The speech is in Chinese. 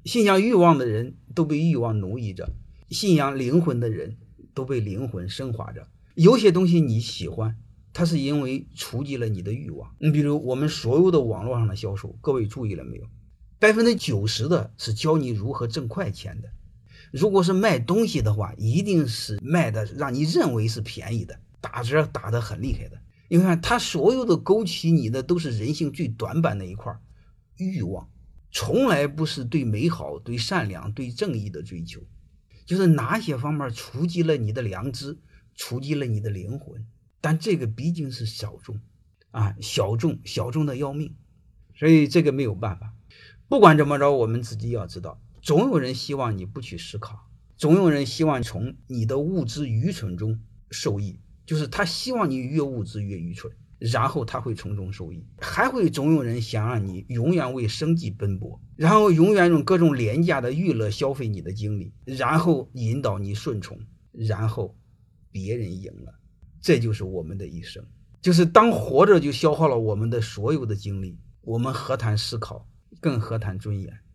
信仰欲望的人都被欲望奴役着，信仰灵魂的人都被灵魂升华着。有些东西你喜欢，它是因为触及了你的欲望。你比如我们所有的网络上的销售，各位注意了没有？90%的是教你如何挣快钱的。如果是卖东西的话，一定是卖的让你认为是便宜的，打折打得很厉害的。你看他所有的勾起你的都是人性最短板的一块欲望，从来不是对美好、对善良、对正义的追求，就是哪些方面触及了你的良知，触及了你的灵魂。但这个毕竟是小众啊，小众的要命，所以这个没有办法。不管怎么着，我们自己要知道，总有人希望你不去思考，总有人希望从你的物质愚蠢中受益，就是他希望你越物质越愚蠢，然后他会从中受益。还会总有人想让你永远为生计奔波，然后永远用各种廉价的娱乐消费你的精力，然后引导你顺从，然后别人赢了。这就是我们的一生，就是当活着就消耗了我们的所有的精力，我们何谈思考，更何谈尊严。